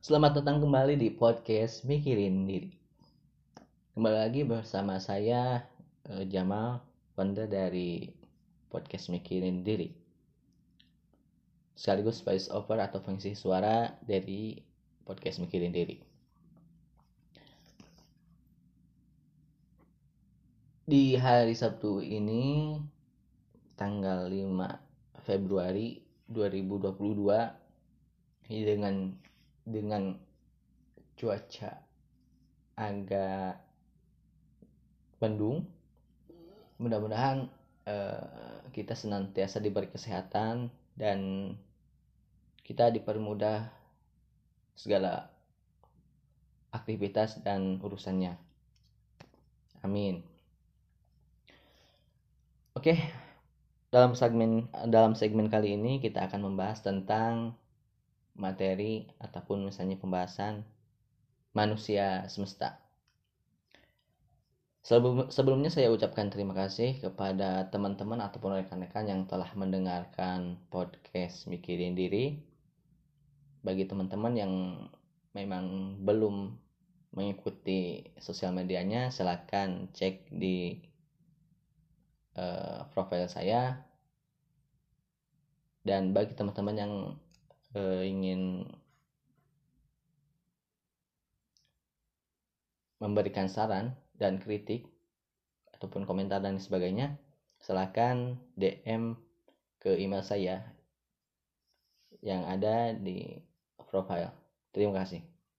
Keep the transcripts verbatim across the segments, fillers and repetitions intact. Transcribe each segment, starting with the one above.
Selamat datang kembali di podcast Mikirin Diri. Kembali lagi bersama saya eh, Jamal, founder dari podcast Mikirin Diri. Sekaligus voice over atau fungsi suara dari podcast Mikirin Diri. Di hari Sabtu ini tanggal lima Februari dua ribu dua puluh dua dengan dengan cuaca agak mendung. Mudah-mudahan uh, kita senantiasa diberi kesehatan dan kita dipermudah segala aktivitas dan urusannya. Amin. Oke, dalam segmen dalam segmen kali ini kita akan membahas tentang materi ataupun misalnya pembahasan manusia semesta. Sebelumnya saya ucapkan terima kasih kepada teman-teman ataupun rekan-rekan yang telah mendengarkan podcast Mikirin Diri. Bagi teman-teman yang memang belum mengikuti sosial medianya, silakan cek di uh, profil saya. Dan bagi teman-teman yang uh, ingin memberikan saran dan kritik ataupun komentar dan sebagainya, silakan D M ke email saya yang ada di profile. Terima kasih.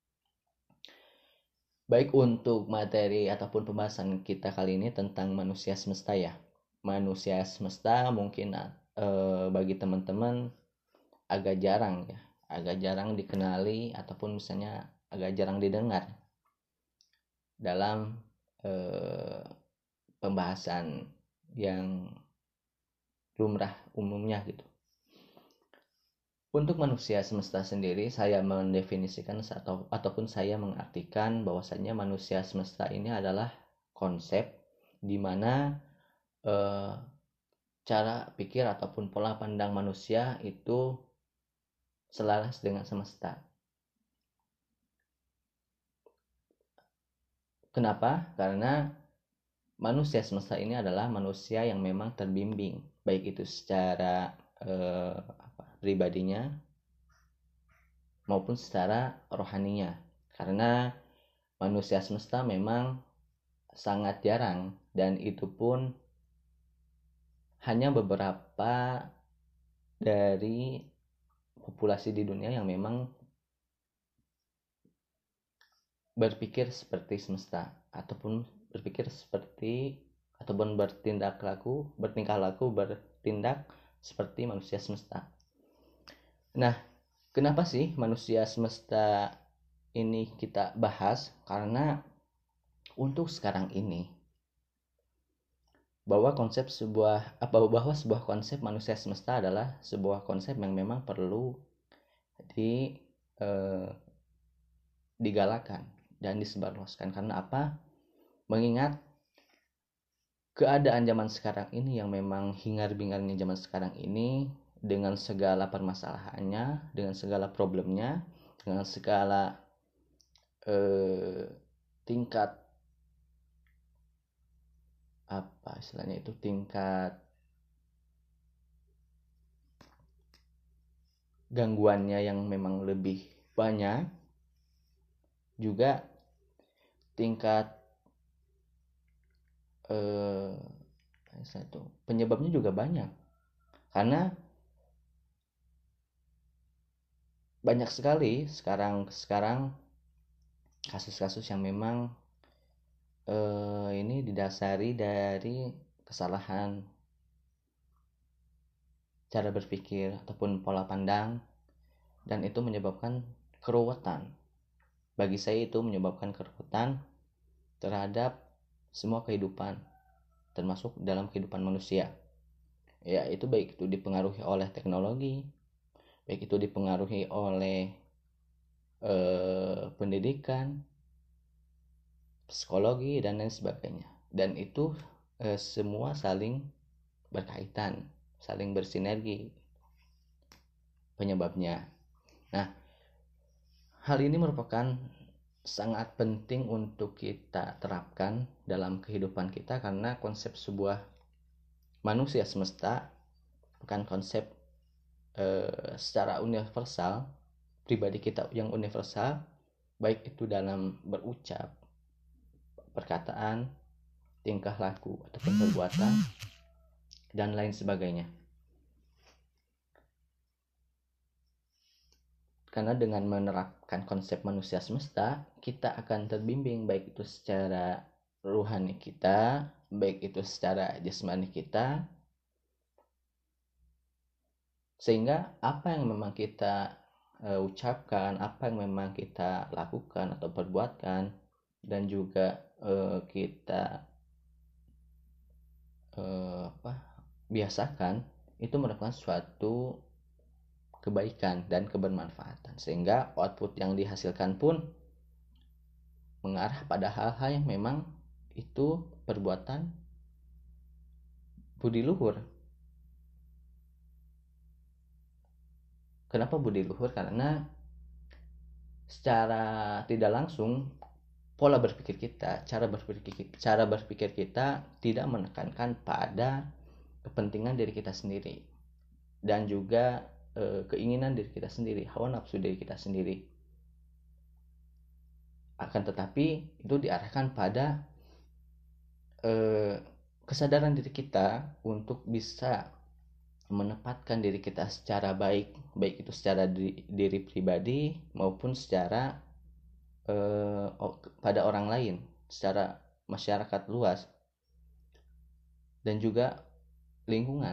Baik, untuk materi ataupun pembahasan kita kali ini tentang manusia semesta ya. Manusia semesta mungkin eh, bagi teman-teman agak jarang ya, agak jarang dikenali ataupun misalnya agak jarang didengar dalam eh, pembahasan yang lumrah umumnya gitu. Untuk manusia semesta sendiri, saya mendefinisikan atau ataupun saya mengartikan bahwasanya manusia semesta ini adalah konsep di mana eh, cara pikir ataupun pola pandang manusia itu selaras dengan semesta. Kenapa? Karena manusia semesta ini adalah manusia yang memang terbimbing, baik itu secara eh, apa, pribadinya maupun secara rohaninya. Karena manusia semesta memang sangat jarang dan itu pun hanya beberapa dari populasi di dunia yang memang berpikir seperti semesta ataupun berpikir seperti ataupun bertindak laku, bertingkah laku, bertindak seperti manusia semesta. Nah, kenapa sih manusia semesta ini kita bahas? Karena untuk sekarang ini bahwa konsep sebuah apa bahwa sebuah konsep manusia semesta adalah sebuah konsep yang memang perlu di eh, digalakan dan disebarluaskan. Karena apa? Mengingat keadaan zaman sekarang ini yang memang hingar-bingarnya zaman sekarang ini dengan segala permasalahannya, dengan segala problemnya, dengan segala eh, tingkat apa istilahnya itu tingkat gangguannya yang memang lebih banyak, juga tingkat eh, itu penyebabnya juga banyak karena banyak sekali sekarang sekarang kasus-kasus yang memang eh, ini didasari dari kesalahan cara berpikir ataupun pola pandang, dan itu menyebabkan keruwetan. Bagi saya itu menyebabkan keruwetan terhadap semua kehidupan, termasuk dalam kehidupan manusia. Ya, itu baik itu dipengaruhi oleh teknologi, baik itu dipengaruhi oleh eh, pendidikan, psikologi, dan lain sebagainya. Dan itu eh, semua saling berkaitan, saling bersinergi penyebabnya. Nah, hal ini merupakan sangat penting untuk kita terapkan dalam kehidupan kita, karena konsep sebuah manusia semesta bukan konsep eh, secara universal, pribadi kita yang universal, baik itu dalam berucap, perkataan, tingkah laku, ataupun perbuatan, dan lain sebagainya. Karena dengan menerapkan konsep manusia semesta, kita akan terbimbing baik itu secara ruhani kita, baik itu secara jasmani kita, sehingga apa yang memang kita uh, ucapkan, apa yang memang kita lakukan atau perbuatkan, dan juga uh, kita uh, apa biasakan, itu merupakan suatu kebaikan dan kebermanfaatan, sehingga output yang dihasilkan pun mengarah pada hal-hal yang memang itu perbuatan budi luhur. Kenapa budi luhur? Karena secara tidak langsung pola berpikir kita, cara berpikir cara berpikir kita tidak menekankan pada kepentingan diri kita sendiri dan juga e, keinginan diri kita sendiri, hawa nafsu diri kita sendiri. Akan tetapi itu diarahkan pada e, kesadaran diri kita untuk bisa menempatkan diri kita secara baik, baik itu secara diri, diri pribadi maupun secara eh, pada orang lain, secara masyarakat luas dan juga lingkungan,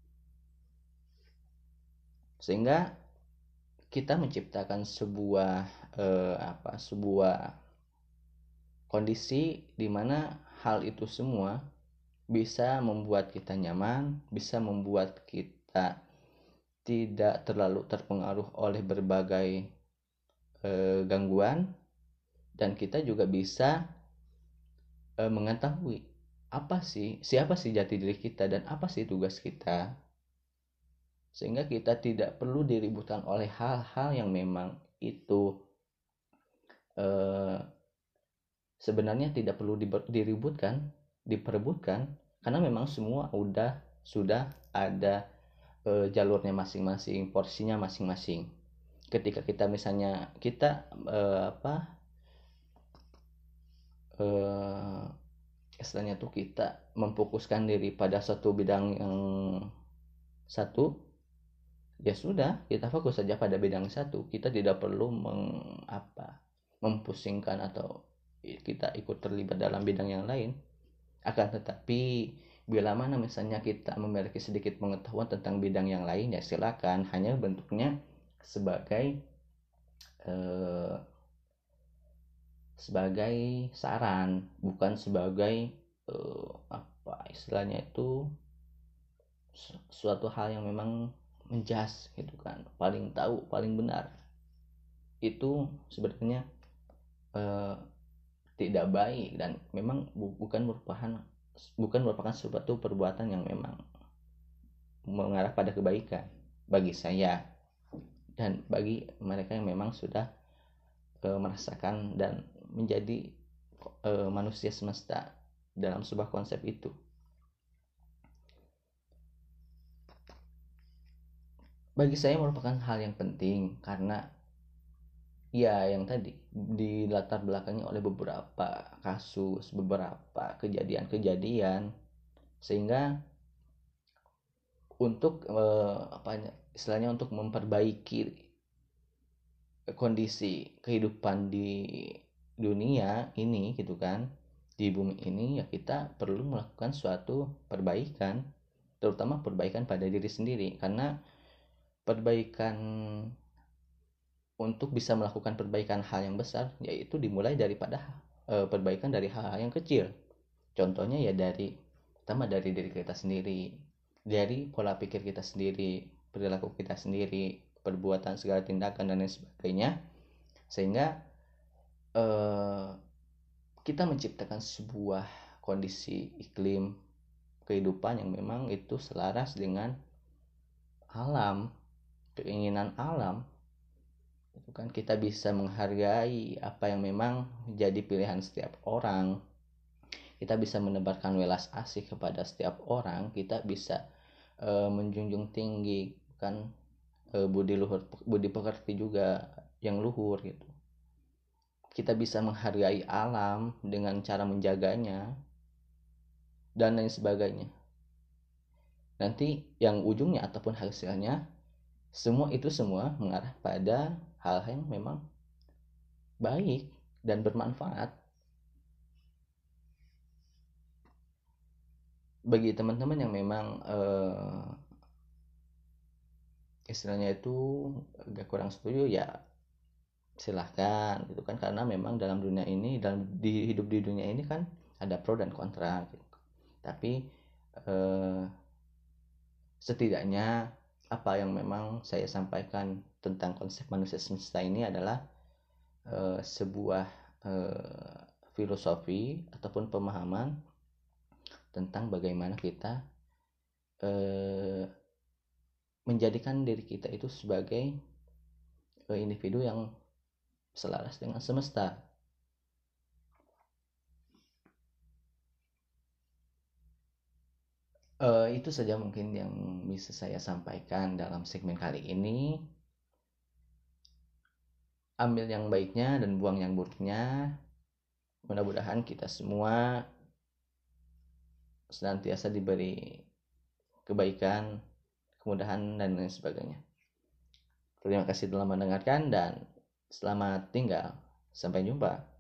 sehingga kita menciptakan sebuah eh, apa sebuah kondisi di mana hal itu semua bisa membuat kita nyaman, bisa membuat kita tidak terlalu terpengaruh oleh berbagai eh, gangguan, dan kita juga bisa eh, mengetahui apa sih, siapa sih jati diri kita dan apa sih tugas kita, sehingga kita tidak perlu diributkan oleh hal-hal yang memang itu eh, sebenarnya tidak perlu diributkan, diperebutkan, karena memang semua udah sudah ada e, jalurnya masing-masing, porsinya masing-masing. Ketika kita misalnya kita e, apa e, istilahnya tuh kita memfokuskan diri pada satu bidang yang satu, ya sudah, kita fokus saja pada bidang satu. Kita tidak perlu meng, apa, mempusingkan atau kita ikut terlibat dalam bidang yang lain. Akan tetapi bila mana misalnya kita memiliki sedikit pengetahuan tentang bidang yang lain, ya silakan, hanya bentuknya sebagai eh, sebagai saran, bukan sebagai eh, apa istilahnya itu suatu hal yang memang menjas gitu kan, paling tahu, paling benar. Itu sebenarnya eh, tidak baik dan memang bu- bukan merupakan bukan merupakan suatu perbuatan yang memang mengarah pada kebaikan bagi saya dan bagi mereka yang memang sudah e, merasakan dan menjadi e, manusia semesta dalam sebuah konsep itu. Bagi saya merupakan hal yang penting karena ya yang tadi di latar belakangnya oleh beberapa kasus, beberapa kejadian-kejadian, sehingga untuk eh, apa istilahnya untuk memperbaiki kondisi kehidupan di dunia ini gitu kan, di bumi ini, ya kita perlu melakukan suatu perbaikan, terutama perbaikan pada diri sendiri, karena perbaikan untuk bisa melakukan perbaikan hal yang besar yaitu dimulai daripada e, perbaikan dari hal-hal yang kecil. Contohnya ya dari pertama dari diri kita sendiri, dari pola pikir kita sendiri, perilaku kita sendiri, perbuatan, segala tindakan dan lain sebagainya, sehingga e, kita menciptakan sebuah kondisi iklim kehidupan yang memang itu selaras dengan alam, keinginan alam, Itu kan kita bisa menghargai apa yang memang jadi pilihan setiap orang. Kita bisa menebarkan welas asih kepada setiap orang. Kita bisa uh, menjunjung tinggi kan uh, budi luhur, budi pekerti juga yang luhur gitu. Kita bisa menghargai alam dengan cara menjaganya dan lain sebagainya. Nanti yang ujungnya ataupun hasilnya semua itu semua mengarah pada hal yang memang baik dan bermanfaat bagi teman-teman yang memang uh, istilahnya itu agak kurang setuju, ya silahkan gitu kan, karena memang dalam dunia ini, dalam di hidup di dunia ini kan ada pro dan kontra gitu. Tapi eh, setidaknya apa yang memang saya sampaikan tentang konsep manusia semesta ini adalah eh, sebuah eh, filosofi ataupun pemahaman tentang bagaimana kita eh, menjadikan diri kita itu sebagai eh, individu yang selaras dengan semesta. Uh, itu saja mungkin yang bisa saya sampaikan dalam segmen kali ini. Ambil yang baiknya dan buang yang buruknya. Mudah-mudahan kita semua senantiasa diberi kebaikan, kemudahan, dan lain sebagainya. Terima kasih telah mendengarkan dan selamat tinggal. Sampai jumpa.